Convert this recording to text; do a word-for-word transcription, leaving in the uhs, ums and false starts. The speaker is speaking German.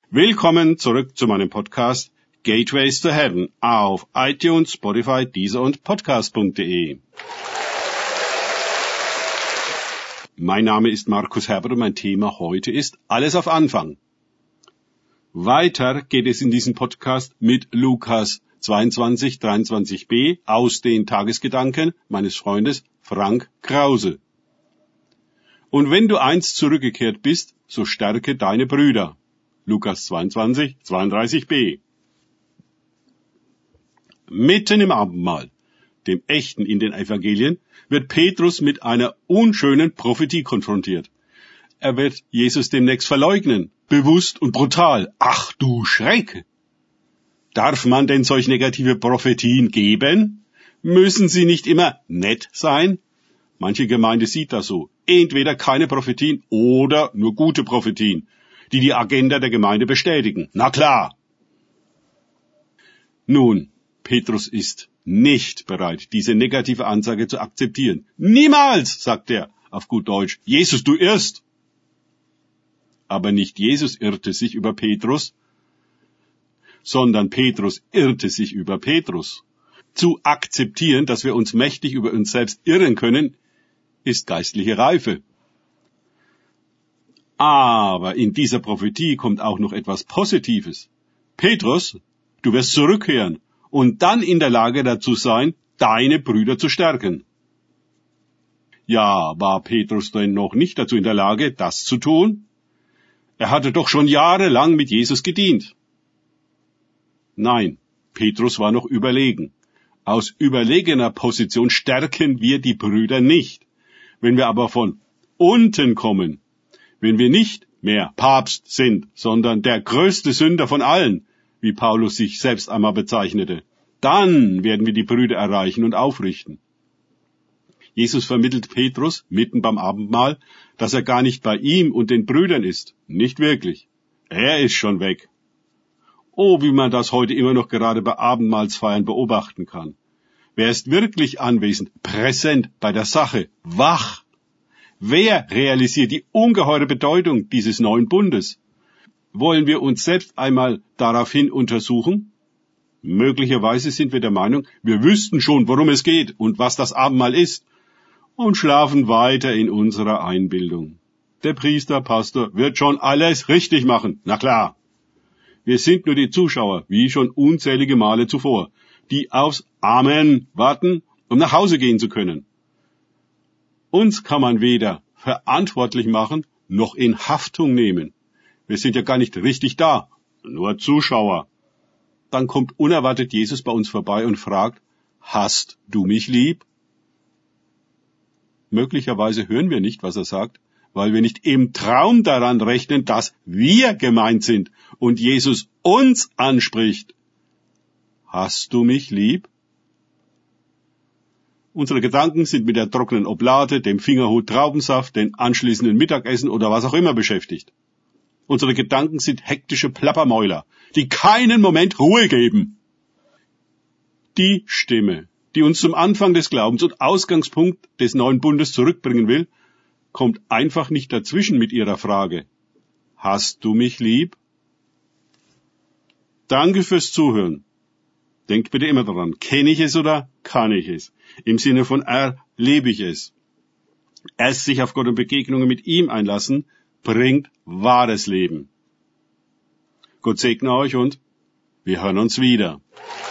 Willkommen zurück zu meinem Podcast Gateways to Heaven auf iTunes, Spotify, Deezer und Podcast punkt de. Mein Name ist Markus Herbert und mein Thema heute ist Alles auf Anfang. Weiter geht es in diesem Podcast mit Lukas zweiundzwanzig, dreiundzwanzig b aus den Tagesgedanken meines Freundes Frank Krause. Und wenn du einst zurückgekehrt bist, so stärke deine Brüder. Lukas zweiundzwanzig, zweiunddreißig b. Mitten im Abendmahl, dem echten in den Evangelien, wird Petrus mit einer unschönen Prophetie konfrontiert. Er wird Jesus demnächst verleugnen, bewusst und brutal. Ach du Schreck! Darf man denn solch negative Prophetien geben? Müssen sie nicht immer nett sein? Manche Gemeinde sieht das so. Entweder keine Prophetien oder nur gute Prophetien, die die Agenda der Gemeinde bestätigen. Na klar! Nun, Petrus ist nicht bereit, diese negative Ansage zu akzeptieren. Niemals, sagt er auf gut Deutsch. Jesus, du irrst! Aber nicht Jesus irrte sich über Petrus, sondern Petrus irrte sich über Petrus. Zu akzeptieren, dass wir uns mächtig über uns selbst irren können, ist geistliche Reife. Aber in dieser Prophetie kommt auch noch etwas Positives. Petrus, du wirst zurückkehren und dann in der Lage dazu sein, deine Brüder zu stärken. Ja, war Petrus denn noch nicht dazu in der Lage, das zu tun? Er hatte doch schon jahrelang mit Jesus gedient. Nein, Petrus war noch überlegen. Aus überlegener Position stärken wir die Brüder nicht. Wenn wir aber von unten kommen, wenn wir nicht mehr Papst sind, sondern der größte Sünder von allen, wie Paulus sich selbst einmal bezeichnete, dann werden wir die Brüder erreichen und aufrichten. Jesus vermittelt Petrus mitten beim Abendmahl, dass er gar nicht bei ihm und den Brüdern ist. Nicht wirklich. Er ist schon weg. Oh, wie man das heute immer noch gerade bei Abendmahlsfeiern beobachten kann. Wer ist wirklich anwesend, präsent bei der Sache, wach? Wer realisiert die ungeheure Bedeutung dieses neuen Bundes? Wollen wir uns selbst einmal daraufhin untersuchen? Möglicherweise sind wir der Meinung, wir wüssten schon, worum es geht und was das Abendmahl ist, und schlafen weiter in unserer Einbildung. Der Priester, Pastor wird schon alles richtig machen, na klar. Wir sind nur die Zuschauer, wie schon unzählige Male zuvor, die aufs Amen warten, um nach Hause gehen zu können. Uns kann man weder verantwortlich machen, noch in Haftung nehmen. Wir sind ja gar nicht richtig da, nur Zuschauer. Dann kommt unerwartet Jesus bei uns vorbei und fragt, hast du mich lieb? Möglicherweise hören wir nicht, was er sagt, weil wir nicht im Traum daran rechnen, dass wir gemeint sind und Jesus uns anspricht. Hast du mich lieb? Unsere Gedanken sind mit der trockenen Oblate, dem Fingerhut Traubensaft, den anschließenden Mittagessen oder was auch immer beschäftigt. Unsere Gedanken sind hektische Plappermäuler, die keinen Moment Ruhe geben. Die Stimme, die uns zum Anfang des Glaubens und Ausgangspunkt des neuen Bundes zurückbringen will, kommt einfach nicht dazwischen mit ihrer Frage. Hast du mich lieb? Danke fürs Zuhören. Denkt bitte immer daran, kenne ich es oder kann ich es? Im Sinne von erlebe ich es. Erst sich auf Gott und Begegnungen mit ihm einlassen, bringt wahres Leben. Gott segne euch und wir hören uns wieder.